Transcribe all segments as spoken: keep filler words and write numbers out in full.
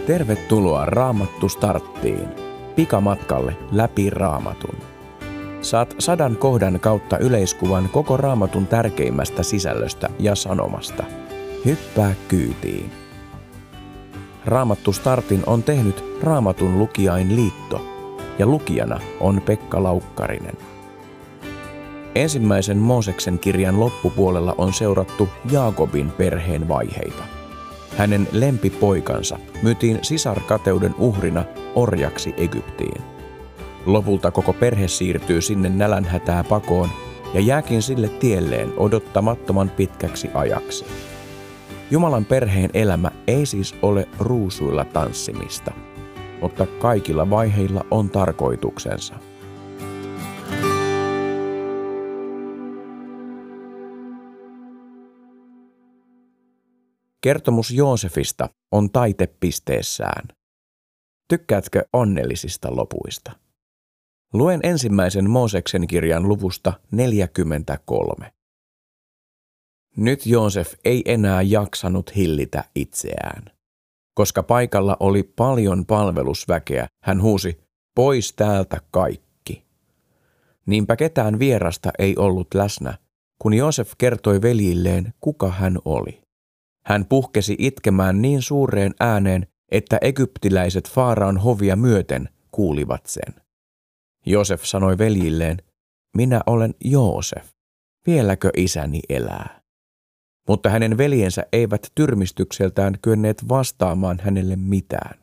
Tervetuloa Raamattu Starttiin, pikamatkalle läpi Raamatun. Saat sadan kohdan kautta yleiskuvan koko Raamatun tärkeimmästä sisällöstä ja sanomasta. Hyppää kyytiin. Raamattu Startin on tehnyt Raamatun lukijain liitto ja lukijana on Pekka Laukkarinen. Ensimmäisen Mooseksen kirjan loppupuolella on seurattu Jaakobin perheen vaiheita. Hänen lempipoikansa myytiin sisarkateuden uhrina orjaksi Egyptiin. Lopulta koko perhe siirtyy sinne nälänhätää pakoon ja jääkin sille tielleen odottamattoman pitkäksi ajaksi. Jumalan perheen elämä ei siis ole ruusuilla tanssimista, mutta kaikilla vaiheilla on tarkoituksensa. Kertomus Joosefista on taitepisteessään. Tykkäätkö onnellisista lopuista? Luen ensimmäisen Mooseksen kirjan luvusta neljäkymmentäkolme. Nyt Joosef ei enää jaksanut hillitä itseään. Koska paikalla oli paljon palvelusväkeä, hän huusi, pois täältä kaikki. Niinpä ketään vierasta ei ollut läsnä, kun Joosef kertoi veljilleen, kuka hän oli. Hän puhkesi itkemään niin suureen ääneen, että egyptiläiset Faaraon hovia myöten kuulivat sen. Joosef sanoi veljilleen, minä olen Joosef, vieläkö isäni elää? Mutta hänen veljensä eivät tyrmistykseltään kyenneet vastaamaan hänelle mitään.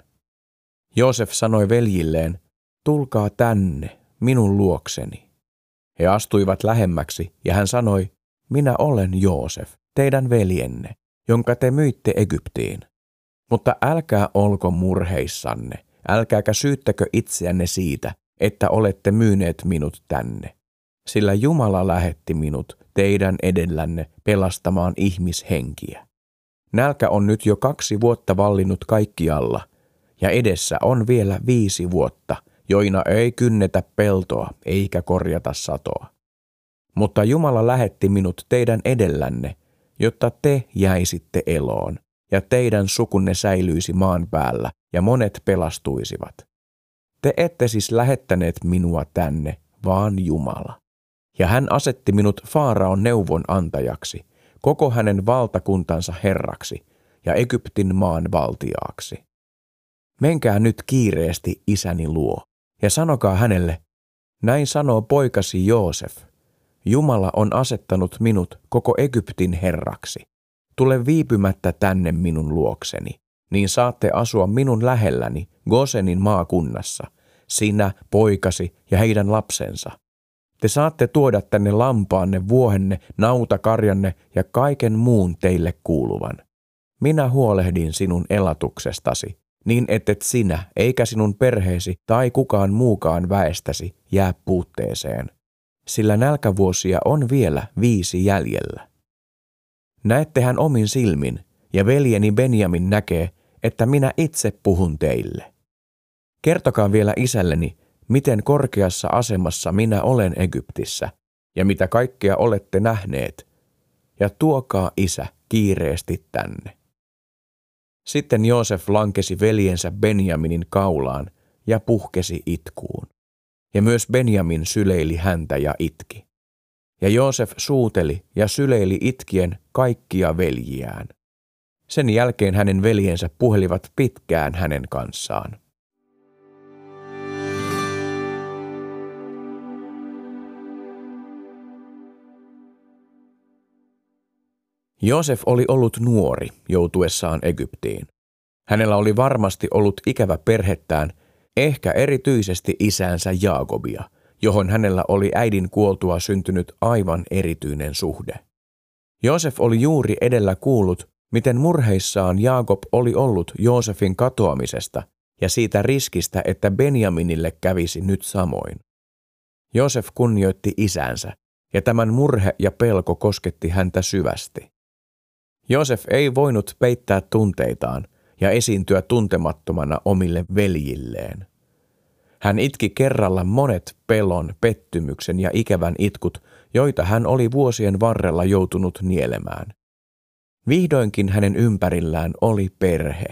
Joosef sanoi veljilleen, tulkaa tänne, minun luokseni. He astuivat lähemmäksi ja hän sanoi, minä olen Joosef, teidän veljenne, jonka te myitte Egyptiin. Mutta älkää olko murheissanne, älkääkä syyttäkö itseänne siitä, että olette myyneet minut tänne. Sillä Jumala lähetti minut teidän edellänne pelastamaan ihmishenkiä. Nälkä on nyt jo kaksi vuotta vallinnut kaikkialla, ja edessä on vielä viisi vuotta, joina ei kynnetä peltoa eikä korjata satoa. Mutta Jumala lähetti minut teidän edellänne, jotta te jäisitte eloon, ja teidän sukunne säilyisi maan päällä, ja monet pelastuisivat. Te ette siis lähettäneet minua tänne, vaan Jumala. Ja hän asetti minut Faaraon neuvonantajaksi, koko hänen valtakuntansa herraksi ja Egyptin maan valtiaaksi. Menkää nyt kiireesti isäni luo, ja sanokaa hänelle, näin sanoo poikasi Joosef. Jumala on asettanut minut koko Egyptin herraksi. Tule viipymättä tänne minun luokseni, niin saatte asua minun lähelläni Gosenin maakunnassa, sinä, poikasi ja heidän lapsensa. Te saatte tuoda tänne lampaanne, vuohenne, nautakarjanne ja kaiken muun teille kuuluvan. Minä huolehdin sinun elatuksestasi, niin ettet sinä, eikä sinun perheesi tai kukaan muukaan väestäsi jää puutteeseen. Sillä nälkävuosia on vielä viisi jäljellä. Näettehän omin silmin, ja veljeni Benjamin näkee, että minä itse puhun teille. Kertokaa vielä isälleni, miten korkeassa asemassa minä olen Egyptissä, ja mitä kaikkea olette nähneet, ja tuokaa isä kiireesti tänne. Sitten Joosef lankesi veljensä Benjaminin kaulaan ja puhkesi itkuun. Ja myös Benjamin syleili häntä ja itki. Ja Joosef suuteli ja syleili itkien kaikkia veljiään. Sen jälkeen hänen veljensä puhelivat pitkään hänen kanssaan. Joosef oli ollut nuori joutuessaan Egyptiin. Hänellä oli varmasti ollut ikävä perhettään, ehkä erityisesti isäänsä Jaakobia, johon hänellä oli äidin kuoltua syntynyt aivan erityinen suhde. Joosef oli juuri edellä kuullut, miten murheissaan Jaakob oli ollut Joosefin katoamisesta ja siitä riskistä, että Benjaminille kävisi nyt samoin. Joosef kunnioitti isänsä, ja tämän murhe ja pelko kosketti häntä syvästi. Joosef ei voinut peittää tunteitaan ja esiintyä tuntemattomana omille veljilleen. Hän itki kerralla monet pelon, pettymyksen ja ikävän itkut, joita hän oli vuosien varrella joutunut nielemään. Vihdoinkin hänen ympärillään oli perhe,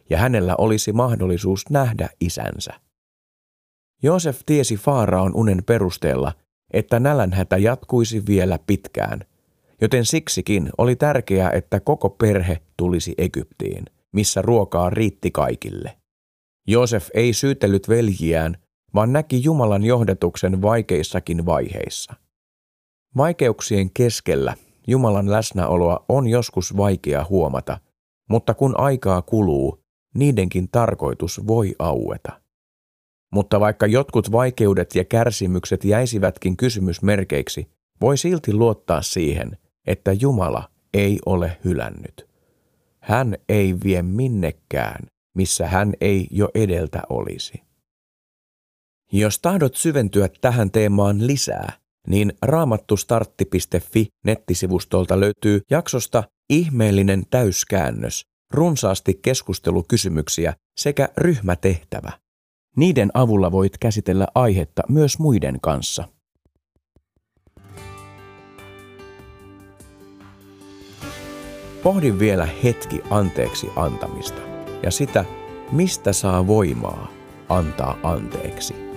ja hänellä olisi mahdollisuus nähdä isänsä. Joosef tiesi Faaraon unen perusteella, että nälänhätä jatkuisi vielä pitkään, joten siksikin oli tärkeää, että koko perhe tulisi Egyptiin, missä ruokaa riitti kaikille. Joosef ei syytellyt veljiään, vaan näki Jumalan johdatuksen vaikeissakin vaiheissa. Vaikeuksien keskellä Jumalan läsnäoloa on joskus vaikea huomata, mutta kun aikaa kuluu, niidenkin tarkoitus voi aueta. Mutta vaikka jotkut vaikeudet ja kärsimykset jäisivätkin kysymysmerkeiksi, voi silti luottaa siihen, että Jumala ei ole hylännyt. Hän ei vie minnekään, missä hän ei jo edeltä olisi. Jos tahdot syventyä tähän teemaan lisää, niin raamattustartti piste fi nettisivustolta löytyy jaksosta Ihmeellinen täyskäännös, runsaasti keskustelukysymyksiä sekä ryhmätehtävä. Niiden avulla voit käsitellä aihetta myös muiden kanssa. Pohdin vielä hetki anteeksi antamista ja sitä, mistä saa voimaa antaa anteeksi.